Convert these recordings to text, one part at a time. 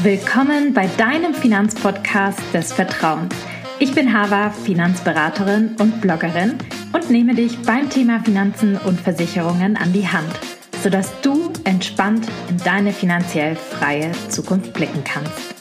Willkommen bei deinem Finanzpodcast des Vertrauens. Ich bin Hava, Finanzberaterin und Bloggerin und nehme dich beim Thema Finanzen und Versicherungen an die Hand, sodass du entspannt in deine finanziell freie Zukunft blicken kannst.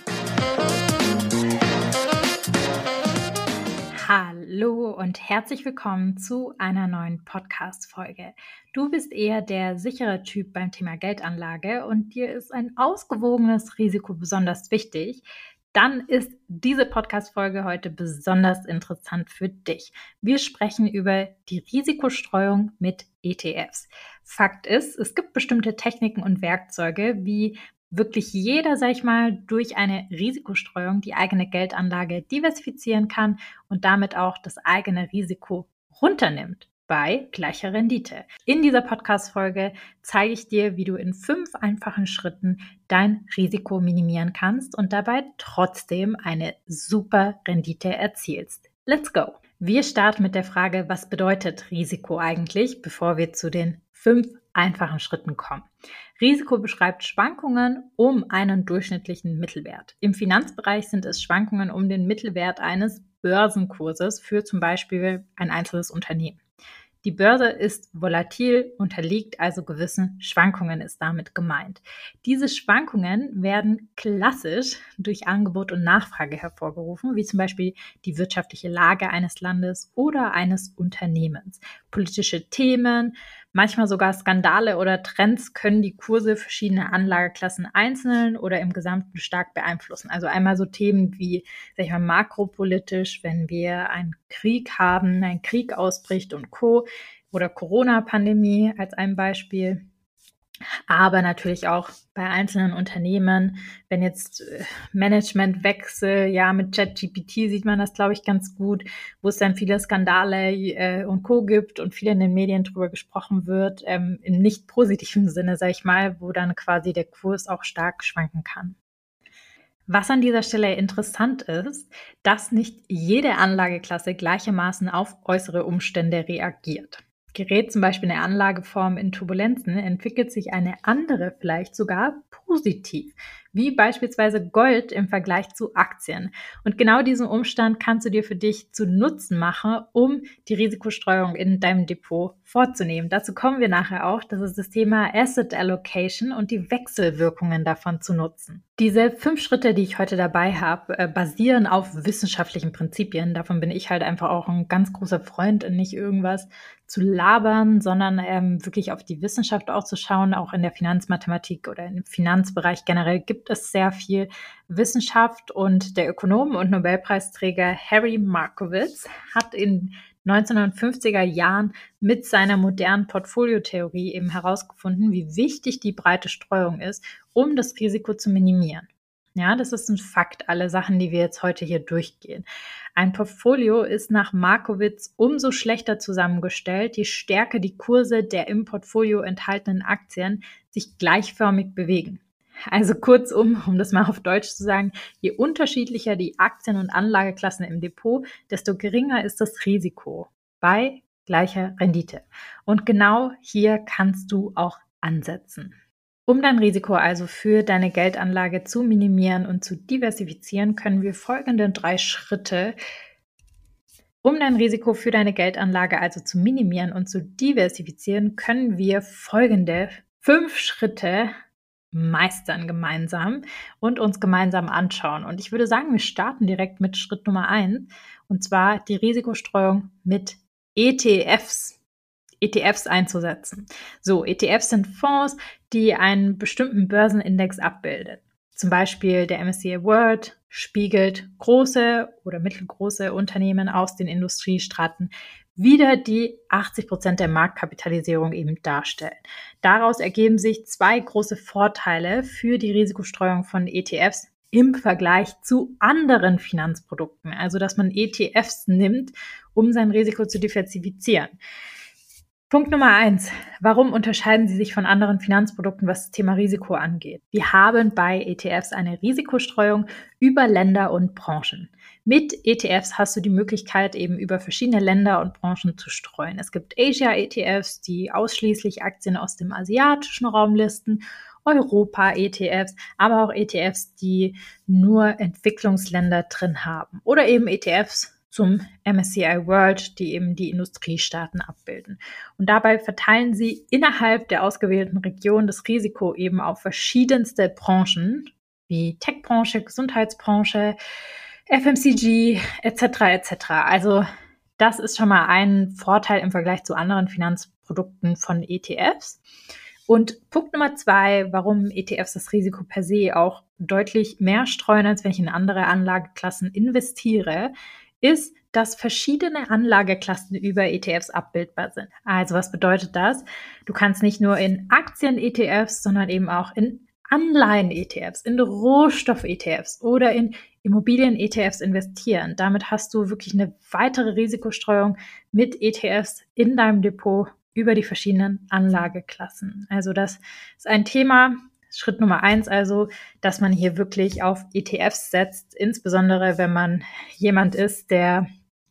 Hallo und herzlich willkommen zu einer neuen Podcast-Folge. Du bist eher der sichere Typ beim Thema Geldanlage und dir ist ein ausgewogenes Risiko besonders wichtig, dann ist diese Podcast-Folge heute besonders interessant für dich. Wir sprechen über die Risikostreuung mit ETFs. Fakt ist, es gibt bestimmte Techniken und Werkzeuge, wie wirklich jeder, durch eine Risikostreuung die eigene Geldanlage diversifizieren kann und damit auch das eigene Risiko runternimmt bei gleicher Rendite. In dieser Podcast-Folge zeige ich dir, wie du in 5 einfachen Schritten dein Risiko minimieren kannst und dabei trotzdem eine super Rendite erzielst. Let's go! Wir starten mit der Frage, was bedeutet Risiko eigentlich, bevor wir zu den 5 einfachen Schritten kommen. Risiko beschreibt Schwankungen um einen durchschnittlichen Mittelwert. Im Finanzbereich sind es Schwankungen um den Mittelwert eines Börsenkurses für zum Beispiel ein einzelnes Unternehmen. Die Börse ist volatil, unterliegt also gewissen Schwankungen, ist damit gemeint. Diese Schwankungen werden klassisch durch Angebot und Nachfrage hervorgerufen, wie zum Beispiel die wirtschaftliche Lage eines Landes oder eines Unternehmens. Politische Themen, manchmal sogar Skandale oder Trends können die Kurse verschiedener Anlageklassen einzeln oder im Gesamten stark beeinflussen. Also einmal so Themen wie, makropolitisch, wenn wir einen Krieg haben, ein Krieg ausbricht und Co. oder Corona-Pandemie als ein Beispiel. Aber natürlich auch bei einzelnen Unternehmen, wenn jetzt Managementwechsel, mit ChatGPT sieht man das, glaube ich, ganz gut, wo es dann viele Skandale und Co. gibt und viel in den Medien drüber gesprochen wird, im nicht positiven Sinne, wo dann quasi der Kurs auch stark schwanken kann. Was an dieser Stelle interessant ist, dass nicht jede Anlageklasse gleichermaßen auf äußere Umstände reagiert. Gerät zum Beispiel eine Anlageform in Turbulenzen, entwickelt sich eine andere vielleicht sogar positiv, wie beispielsweise Gold im Vergleich zu Aktien. Und genau diesen Umstand kannst du dir für dich zu Nutzen machen, um die Risikostreuung in deinem Depot vorzunehmen. Dazu kommen wir nachher auch. Das ist das Thema Asset Allocation und die Wechselwirkungen davon zu nutzen. Diese 5 Schritte, die ich heute dabei habe, basieren auf wissenschaftlichen Prinzipien. Davon bin ich halt einfach auch ein ganz großer Freund, nicht irgendwas zu labern, sondern wirklich auf die Wissenschaft auch zu schauen. Auch in der Finanzmathematik oder im Finanzbereich generell gibt es sehr viel Wissenschaft und der Ökonom und Nobelpreisträger Harry Markowitz hat in 1950er Jahren mit seiner modernen Portfoliotheorie eben herausgefunden, wie wichtig die breite Streuung ist, um das Risiko zu minimieren. Ja, das ist ein Fakt, alle Sachen, die wir jetzt heute hier durchgehen. Ein Portfolio ist nach Markowitz umso schlechter zusammengestellt, je stärker die Kurse der im Portfolio enthaltenen Aktien sich gleichförmig bewegen. Also kurzum, um das mal auf Deutsch zu sagen, je unterschiedlicher die Aktien- und Anlageklassen im Depot, desto geringer ist das Risiko bei gleicher Rendite. Und genau hier kannst du auch ansetzen. Um dein Risiko also für deine Geldanlage zu minimieren und zu diversifizieren, können wir folgende 3 Schritte, um dein Risiko für deine Geldanlage also zu minimieren und zu diversifizieren, können wir folgende 5 Schritte meistern gemeinsam und uns gemeinsam anschauen. Und ich würde sagen, wir starten direkt mit Schritt Nummer 1, und zwar die Risikostreuung mit ETFs einzusetzen. So, ETFs sind Fonds, die einen bestimmten Börsenindex abbilden. Zum Beispiel der MSCI World spiegelt große oder mittelgroße Unternehmen aus den Industriestraten wieder, die 80% der Marktkapitalisierung eben darstellen. Daraus ergeben sich 2 große Vorteile für die Risikostreuung von ETFs im Vergleich zu anderen Finanzprodukten. Also, dass man ETFs nimmt, um sein Risiko zu diversifizieren. Punkt Nummer 1. Warum unterscheiden sie sich von anderen Finanzprodukten, was das Thema Risiko angeht? Wir haben bei ETFs eine Risikostreuung über Länder und Branchen. Mit ETFs hast du die Möglichkeit, eben über verschiedene Länder und Branchen zu streuen. Es gibt Asia-ETFs, die ausschließlich Aktien aus dem asiatischen Raum listen. Europa-ETFs, aber auch ETFs, die nur Entwicklungsländer drin haben oder eben ETFs zum MSCI World, die eben die Industriestaaten abbilden. Und dabei verteilen sie innerhalb der ausgewählten Region das Risiko eben auf verschiedenste Branchen, wie Tech-Branche, Gesundheitsbranche, FMCG etc. etc. Also das ist schon mal ein Vorteil im Vergleich zu anderen Finanzprodukten von ETFs. Und Punkt Nummer 2, warum ETFs das Risiko per se auch deutlich mehr streuen, als wenn ich in andere Anlageklassen investiere, ist, dass verschiedene Anlageklassen über ETFs abbildbar sind. Also was bedeutet das? Du kannst nicht nur in Aktien-ETFs, sondern eben auch in Anleihen-ETFs, in Rohstoff-ETFs oder in Immobilien-ETFs investieren. Damit hast du wirklich eine weitere Risikostreuung mit ETFs in deinem Depot über die verschiedenen Anlageklassen. Also das ist ein Thema, Schritt Nummer 1 also, dass man hier wirklich auf ETFs setzt, insbesondere wenn man jemand ist, der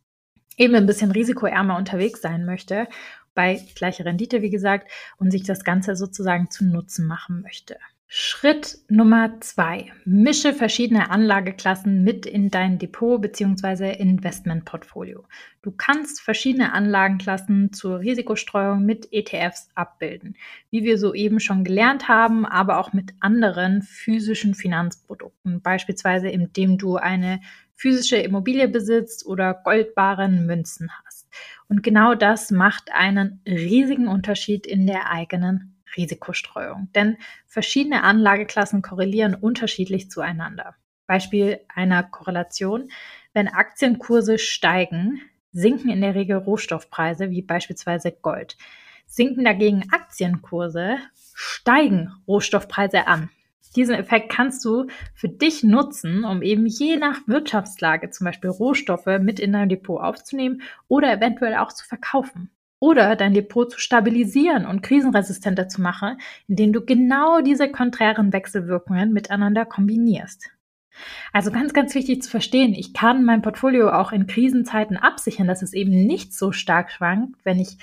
eben ein bisschen risikoärmer unterwegs sein möchte, bei gleicher Rendite, wie gesagt, und sich das Ganze sozusagen zu Nutzen machen möchte. Schritt Nummer 2. Mische verschiedene Anlageklassen mit in dein Depot bzw. Investmentportfolio. Du kannst verschiedene Anlagenklassen zur Risikostreuung mit ETFs abbilden, wie wir soeben schon gelernt haben, aber auch mit anderen physischen Finanzprodukten, beispielsweise indem du eine physische Immobilie besitzt oder goldbaren Münzen hast. Und genau das macht einen riesigen Unterschied in der eigenen Risikostreuung, denn verschiedene Anlageklassen korrelieren unterschiedlich zueinander. Beispiel einer Korrelation: Wenn Aktienkurse steigen, sinken in der Regel Rohstoffpreise wie beispielsweise Gold. Sinken dagegen Aktienkurse, steigen Rohstoffpreise an. Diesen Effekt kannst du für dich nutzen, um eben je nach Wirtschaftslage zum Beispiel Rohstoffe mit in dein Depot aufzunehmen oder eventuell auch zu verkaufen. Oder dein Depot zu stabilisieren und krisenresistenter zu machen, indem du genau diese konträren Wechselwirkungen miteinander kombinierst. Also ganz, ganz wichtig zu verstehen, ich kann mein Portfolio auch in Krisenzeiten absichern, dass es eben nicht so stark schwankt, wenn ich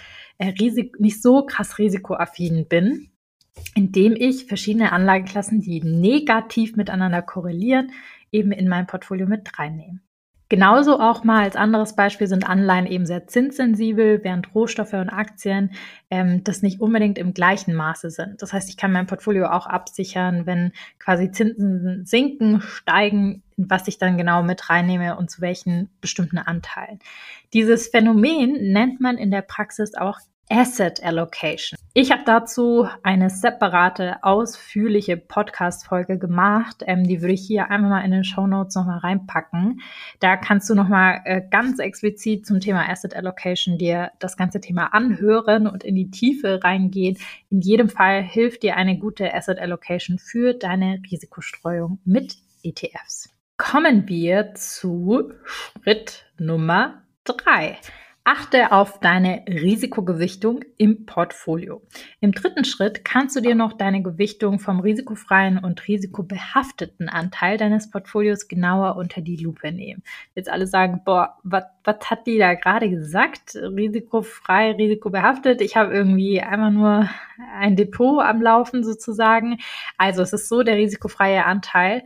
nicht so krass risikoaffin bin, indem ich verschiedene Anlageklassen, die negativ miteinander korrelieren, eben in mein Portfolio mit reinnehme. Genauso auch mal als anderes Beispiel sind Anleihen eben sehr zinssensibel, während Rohstoffe und Aktien das nicht unbedingt im gleichen Maße sind. Das heißt, ich kann mein Portfolio auch absichern, wenn quasi Zinsen sinken, steigen, was ich dann genau mit reinnehme und zu welchen bestimmten Anteilen. Dieses Phänomen nennt man in der Praxis auch Asset Allocation. Ich habe dazu eine separate, ausführliche Podcast-Folge gemacht. Die würde ich hier einmal mal in den Shownotes nochmal reinpacken. Da kannst du nochmal ganz explizit zum Thema Asset Allocation dir das ganze Thema anhören und in die Tiefe reingehen. In jedem Fall hilft dir eine gute Asset Allocation für deine Risikostreuung mit ETFs. Kommen wir zu Schritt Nummer 3. Achte auf deine Risikogewichtung im Portfolio. Im dritten Schritt kannst du dir noch deine Gewichtung vom risikofreien und risikobehafteten Anteil deines Portfolios genauer unter die Lupe nehmen. Jetzt alle sagen, boah, was hat die da gerade gesagt? Risikofrei, risikobehaftet? Ich habe irgendwie einfach nur ein Depot am Laufen sozusagen. Also es ist so, der risikofreie Anteil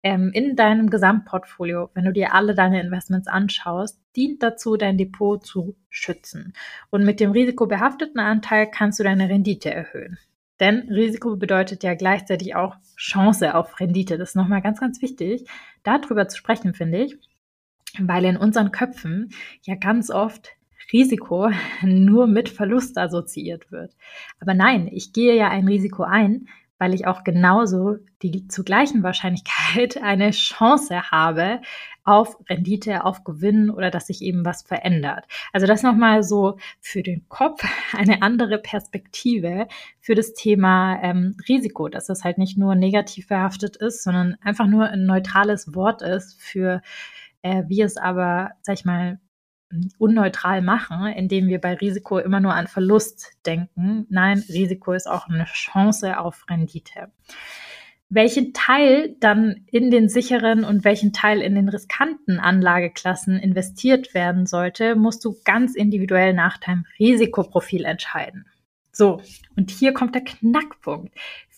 in deinem Gesamtportfolio, wenn du dir alle deine Investments anschaust, dient dazu, dein Depot zu schützen. Und mit dem risikobehafteten Anteil kannst du deine Rendite erhöhen. Denn Risiko bedeutet ja gleichzeitig auch Chance auf Rendite. Das ist nochmal ganz, ganz wichtig, darüber zu sprechen, finde ich, weil in unseren Köpfen ja ganz oft Risiko nur mit Verlust assoziiert wird. Aber nein, ich gehe ja ein Risiko ein, weil ich auch genauso zur gleichen Wahrscheinlichkeit eine Chance habe auf Rendite, auf Gewinn oder dass sich eben was verändert. Also das nochmal so für den Kopf eine andere Perspektive für das Thema Risiko, dass das halt nicht nur negativ behaftet ist, sondern einfach nur ein neutrales Wort ist für wir es aber, sag ich mal, unneutral machen, indem wir bei Risiko immer nur an Verlust denken. Nein, Risiko ist auch eine Chance auf Rendite. Welchen Teil dann in den sicheren und welchen Teil in den riskanten Anlageklassen investiert werden sollte, musst du ganz individuell nach deinem Risikoprofil entscheiden. So, und hier kommt der Knackpunkt.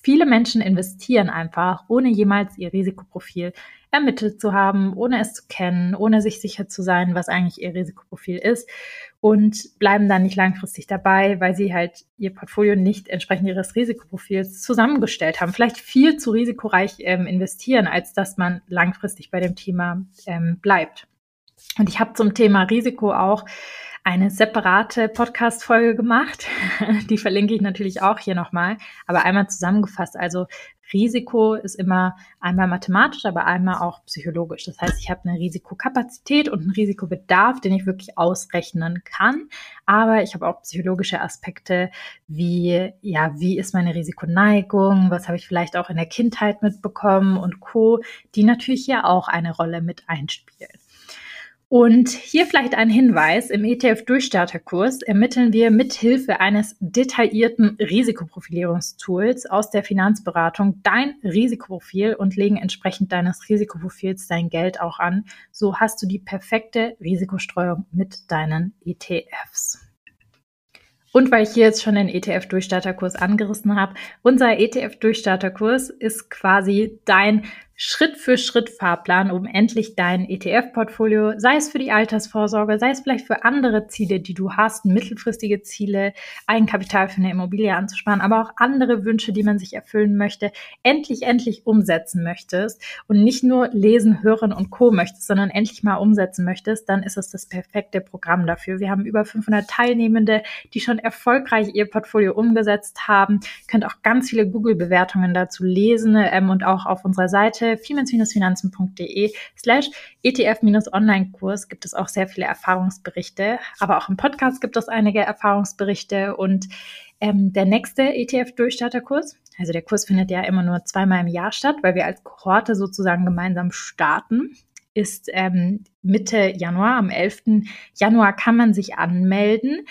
viele Menschen investieren einfach, ohne jemals ihr Risikoprofil ermittelt zu haben, ohne es zu kennen, ohne sich sicher zu sein, was eigentlich ihr Risikoprofil ist, und bleiben dann nicht langfristig dabei, weil sie halt ihr Portfolio nicht entsprechend ihres Risikoprofils zusammengestellt haben. Vielleicht viel zu risikoreich investieren, als dass man langfristig bei dem Thema bleibt. Und ich habe zum Thema Risiko auch eine separate Podcast-Folge gemacht. Die verlinke ich natürlich auch hier nochmal. Aber einmal zusammengefasst, also Risiko ist immer einmal mathematisch, aber einmal auch psychologisch. Das heißt, ich habe eine Risikokapazität und einen Risikobedarf, den ich wirklich ausrechnen kann. Aber ich habe auch psychologische Aspekte wie ist meine Risikoneigung, was habe ich vielleicht auch in der Kindheit mitbekommen und Co., die natürlich hier auch eine Rolle mit einspielen. Und hier vielleicht ein Hinweis: Im ETF-Durchstarterkurs ermitteln wir mithilfe eines detaillierten Risikoprofilierungstools aus der Finanzberatung dein Risikoprofil und legen entsprechend deines Risikoprofils dein Geld auch an. So hast du die perfekte Risikostreuung mit deinen ETFs. Und weil ich hier jetzt schon den ETF-Durchstarterkurs angerissen habe, unser ETF-Durchstarterkurs ist quasi dein Schritt-für-Schritt-Fahrplan, um endlich dein ETF-Portfolio, sei es für die Altersvorsorge, sei es vielleicht für andere Ziele, die du hast, mittelfristige Ziele, Eigenkapital für eine Immobilie anzusparen, aber auch andere Wünsche, die man sich erfüllen möchte, endlich umsetzen möchtest und nicht nur lesen, hören und Co. möchtest, sondern endlich mal umsetzen möchtest, dann ist es das perfekte Programm dafür. Wir haben über 500 Teilnehmende, die schon erfolgreich ihr Portfolio umgesetzt haben. Ihr könnt auch ganz viele Google-Bewertungen dazu lesen und auch auf unserer Seite finanzen-finanzen.de/ETF-Online-Kurs gibt es auch sehr viele Erfahrungsberichte, aber auch im Podcast gibt es einige Erfahrungsberichte und der nächste ETF-Durchstarterkurs, also der Kurs findet ja immer nur 2-mal im Jahr statt, weil wir als Kohorte sozusagen gemeinsam starten, ist Mitte Januar. Am 11. Januar kann man sich anmelden.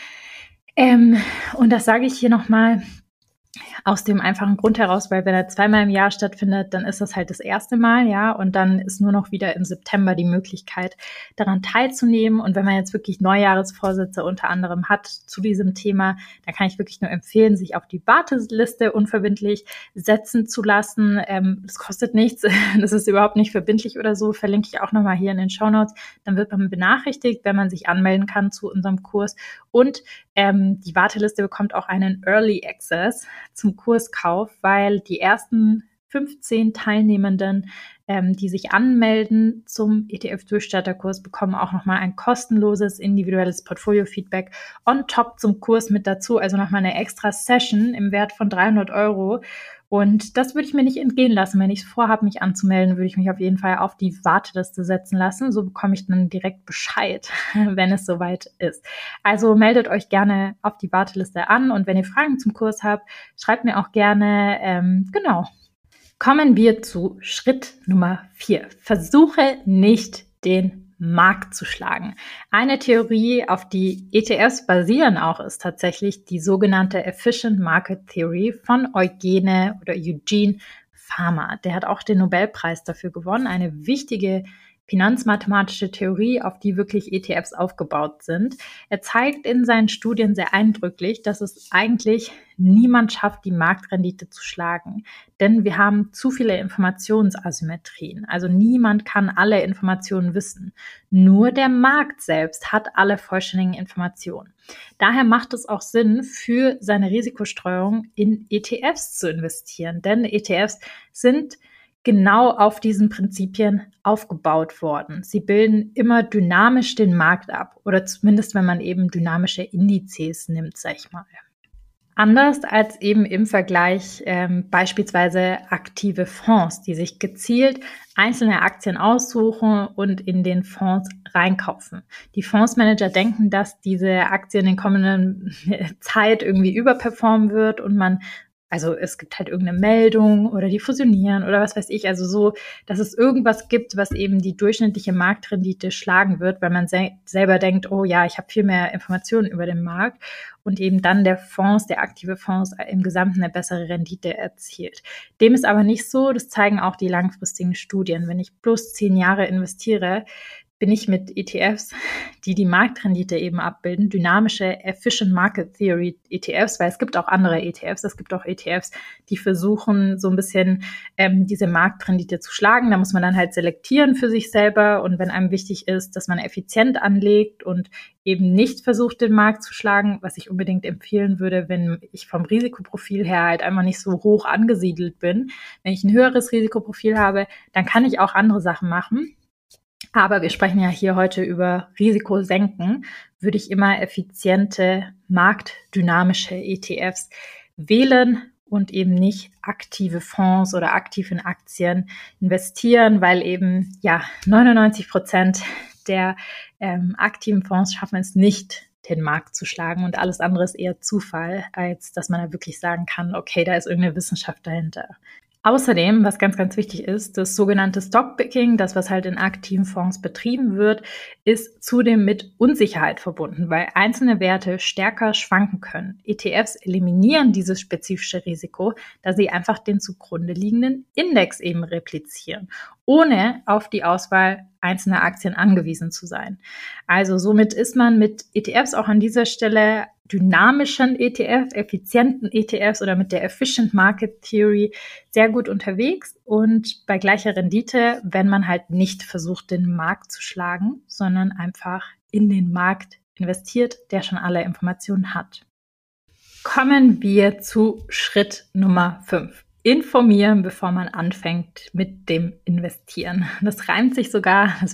Und das sage ich hier nochmal aus dem einfachen Grund heraus, weil wenn er 2-mal im Jahr stattfindet, dann ist das halt das erste Mal, ja, und dann ist nur noch wieder im September die Möglichkeit, daran teilzunehmen. Und wenn man jetzt wirklich Neujahresvorsätze unter anderem hat zu diesem Thema, dann kann ich wirklich nur empfehlen, sich auf die Warteliste unverbindlich setzen zu lassen. Das kostet nichts, das ist überhaupt nicht verbindlich oder so, verlinke ich auch nochmal hier in den Shownotes. Dann wird man benachrichtigt, wenn man sich anmelden kann zu unserem Kurs. Und die Warteliste bekommt auch einen Early Access zum Kurskauf, weil die ersten 15 Teilnehmenden, die sich anmelden zum ETF-Durchstarterkurs, bekommen auch nochmal ein kostenloses individuelles Portfolio-Feedback on top zum Kurs mit dazu, also nochmal eine extra Session im Wert von 300 €. Und das würde ich mir nicht entgehen lassen. Wenn ich es vorhabe, mich anzumelden, würde ich mich auf jeden Fall auf die Warteliste setzen lassen. So bekomme ich dann direkt Bescheid, wenn es soweit ist. Also meldet euch gerne auf die Warteliste an und wenn ihr Fragen zum Kurs habt, schreibt mir auch gerne. Kommen wir zu Schritt Nummer 4. Versuche nicht, den Markt zu schlagen. Eine Theorie, auf die ETFs basieren auch, ist tatsächlich die sogenannte Efficient Market Theory von Eugene Fama. Der hat auch den Nobelpreis dafür gewonnen. Eine wichtige finanzmathematische Theorie, auf die wirklich ETFs aufgebaut sind. Er zeigt in seinen Studien sehr eindrücklich, dass es eigentlich niemand schafft, die Marktrendite zu schlagen. Denn wir haben zu viele Informationsasymmetrien. Also niemand kann alle Informationen wissen. Nur der Markt selbst hat alle vollständigen Informationen. Daher macht es auch Sinn, für seine Risikostreuung in ETFs zu investieren. Denn ETFs sind genau auf diesen Prinzipien aufgebaut worden. Sie bilden immer dynamisch den Markt ab oder zumindest, wenn man eben dynamische Indizes nimmt, sag ich mal. Anders als eben im Vergleich beispielsweise aktive Fonds, die sich gezielt einzelne Aktien aussuchen und in den Fonds reinkaufen. Die Fondsmanager denken, dass diese Aktie in den kommenden Zeit irgendwie überperformen wird und also es gibt halt irgendeine Meldung oder die fusionieren oder was weiß ich, also so, dass es irgendwas gibt, was eben die durchschnittliche Marktrendite schlagen wird, weil man selber denkt, oh ja, ich habe viel mehr Informationen über den Markt und eben dann der aktive Fonds im Gesamten eine bessere Rendite erzielt. Dem ist aber nicht so, das zeigen auch die langfristigen Studien. Wenn ich plus 10 Jahre investiere, bin ich mit ETFs, die die Marktrendite eben abbilden, dynamische Efficient Market Theory ETFs, weil es gibt auch andere ETFs. Es gibt auch ETFs, die versuchen, so ein bisschen diese Marktrendite zu schlagen. Da muss man dann halt selektieren für sich selber. Und wenn einem wichtig ist, dass man effizient anlegt und eben nicht versucht, den Markt zu schlagen, was ich unbedingt empfehlen würde, wenn ich vom Risikoprofil her halt einfach nicht so hoch angesiedelt bin. Wenn ich ein höheres Risikoprofil habe, dann kann ich auch andere Sachen machen. Aber wir sprechen ja hier heute über Risiko senken, würde ich immer effiziente, marktdynamische ETFs wählen und eben nicht aktive Fonds oder aktiv in Aktien investieren, weil eben 99% der aktiven Fonds schaffen es nicht, den Markt zu schlagen, und alles andere ist eher Zufall, als dass man da wirklich sagen kann, okay, da ist irgendeine Wissenschaft dahinter. Außerdem, was ganz, ganz wichtig ist, das sogenannte Stockpicking, das, was halt in aktiven Fonds betrieben wird, ist zudem mit Unsicherheit verbunden, weil einzelne Werte stärker schwanken können. ETFs eliminieren dieses spezifische Risiko, da sie einfach den zugrunde liegenden Index eben replizieren, ohne auf die Auswahl einzelner Aktien angewiesen zu sein. Also somit ist man mit ETFs auch an dieser Stelle dynamischen ETFs, effizienten ETFs oder mit der Efficient Market Theory sehr gut unterwegs und bei gleicher Rendite, wenn man halt nicht versucht, den Markt zu schlagen, sondern einfach in den Markt investiert, der schon alle Informationen hat. Kommen wir zu Schritt Nummer 5. Informieren, bevor man anfängt mit dem Investieren. Das reimt sich sogar, das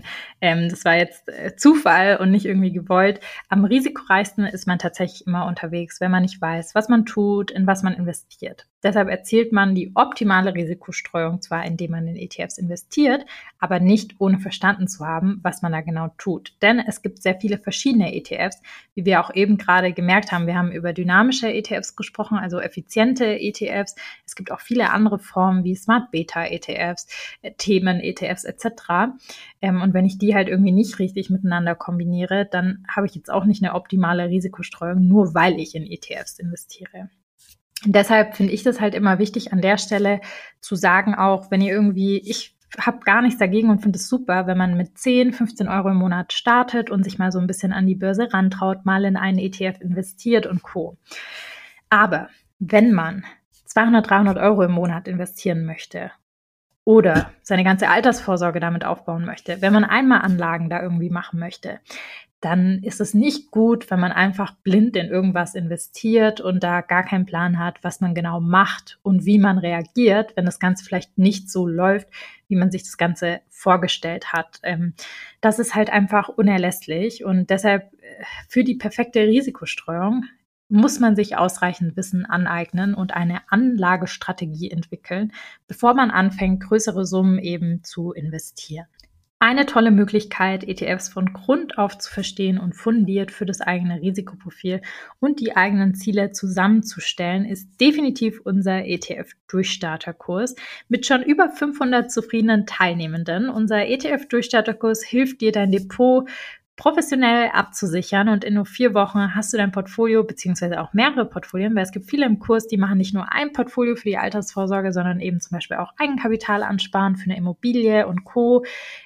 war jetzt Zufall und nicht irgendwie gewollt. Am risikoreichsten ist man tatsächlich immer unterwegs, wenn man nicht weiß, was man tut, in was man investiert. Deshalb erzielt man die optimale Risikostreuung zwar, indem man in ETFs investiert, aber nicht ohne verstanden zu haben, was man da genau tut. Denn es gibt sehr viele verschiedene ETFs, wie wir auch eben gerade gemerkt haben. Wir haben über dynamische ETFs gesprochen, also effiziente ETFs. Es gibt auch viele andere Formen wie Smart Beta ETFs, Themen ETFs etc. Und wenn ich die halt irgendwie nicht richtig miteinander kombiniere, dann habe ich jetzt auch nicht eine optimale Risikostreuung, nur weil ich in ETFs investiere. Und deshalb finde ich das halt immer wichtig, an der Stelle zu sagen, auch wenn ihr irgendwie, ich habe gar nichts dagegen und finde es super, wenn man mit 10, 15 Euro im Monat startet und sich mal so ein bisschen an die Börse rantraut, mal in einen ETF investiert und Co. Aber wenn man 200, 300 Euro im Monat investieren möchte oder seine ganze Altersvorsorge damit aufbauen möchte, wenn man einmal Anlagen da irgendwie machen möchte, dann ist es nicht gut, wenn man einfach blind in irgendwas investiert und da gar keinen Plan hat, was man genau macht und wie man reagiert, wenn das Ganze vielleicht nicht so läuft, wie man sich das Ganze vorgestellt hat. Das ist halt einfach unerlässlich, und deshalb für die perfekte Risikostreuung muss man sich ausreichend Wissen aneignen und eine Anlagestrategie entwickeln, bevor man anfängt, größere Summen eben zu investieren. Eine tolle Möglichkeit, ETFs von Grund auf zu verstehen und fundiert für das eigene Risikoprofil und die eigenen Ziele zusammenzustellen, ist definitiv unser ETF-Durchstarterkurs mit schon über 500 zufriedenen Teilnehmenden. Unser ETF-Durchstarterkurs hilft dir, dein Depot professionell abzusichern, und in nur 4 Wochen hast du dein Portfolio beziehungsweise auch mehrere Portfolien, weil es gibt viele im Kurs, die machen nicht nur ein Portfolio für die Altersvorsorge, sondern eben zum Beispiel auch Eigenkapital ansparen für eine Immobilie und Co.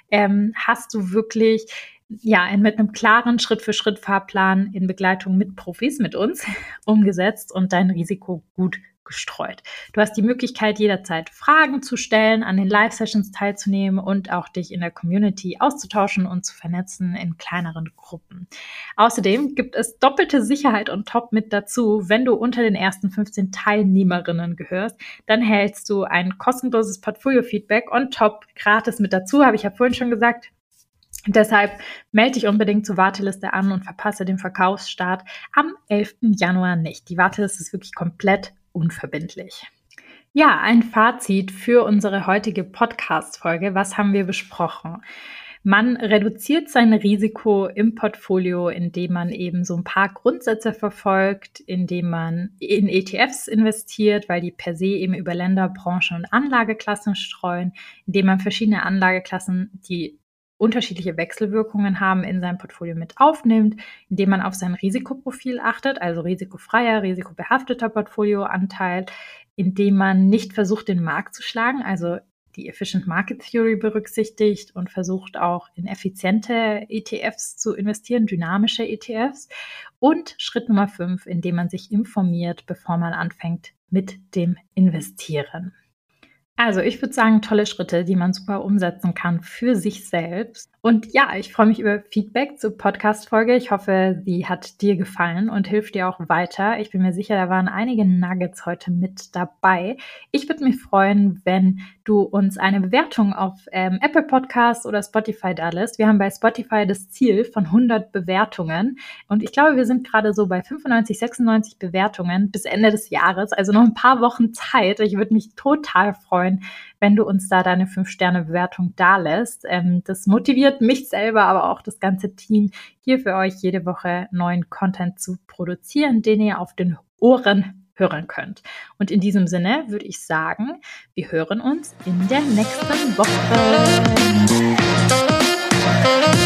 Hast du wirklich mit einem klaren Schritt-für-Schritt-Fahrplan in Begleitung mit Profis, mit uns, umgesetzt und dein Risiko gut gestreut. Du hast die Möglichkeit, jederzeit Fragen zu stellen, an den Live-Sessions teilzunehmen und auch dich in der Community auszutauschen und zu vernetzen in kleineren Gruppen. Außerdem gibt es doppelte Sicherheit on top mit dazu. Wenn du unter den ersten 15 Teilnehmerinnen gehörst, dann erhältst du ein kostenloses Portfolio-Feedback on top gratis mit dazu, habe ich ja vorhin schon gesagt. Deshalb melde dich unbedingt zur Warteliste an und verpasse den Verkaufsstart am 11. Januar nicht. Die Warteliste ist wirklich komplett unverbindlich. Ja, ein Fazit für unsere heutige Podcast-Folge. Was haben wir besprochen? Man reduziert sein Risiko im Portfolio, indem man eben so ein paar Grundsätze verfolgt, indem man in ETFs investiert, weil die per se eben über Länder, Branchen und Anlageklassen streuen, indem man verschiedene Anlageklassen, die unterschiedliche Wechselwirkungen haben, in sein Portfolio mit aufnimmt, indem man auf sein Risikoprofil achtet, also risikofreier, risikobehafteter Portfolioanteil, indem man nicht versucht, den Markt zu schlagen, also die Efficient Market Theory berücksichtigt und versucht auch in effiziente ETFs zu investieren, dynamische ETFs. Und Schritt Nummer 5, indem man sich informiert, bevor man anfängt mit dem Investieren. Also ich würde sagen, tolle Schritte, die man super umsetzen kann für sich selbst. Und ja, ich freue mich über Feedback zur Podcast-Folge. Ich hoffe, sie hat dir gefallen und hilft dir auch weiter. Ich bin mir sicher, da waren einige Nuggets heute mit dabei. Ich würde mich freuen, wenn du uns eine Bewertung auf Apple Podcasts oder Spotify da lässt. Wir haben bei Spotify das Ziel von 100 Bewertungen. Und ich glaube, wir sind gerade so bei 95, 96 Bewertungen bis Ende des Jahres. Also noch ein paar Wochen Zeit. Ich würde mich total freuen, wenn du uns da deine 5-Sterne-Bewertung dalässt. Das motiviert mich selber, aber auch das ganze Team, hier für euch jede Woche neuen Content zu produzieren, den ihr auf den Ohren hören könnt. Und in diesem Sinne würde ich sagen, wir hören uns in der nächsten Woche.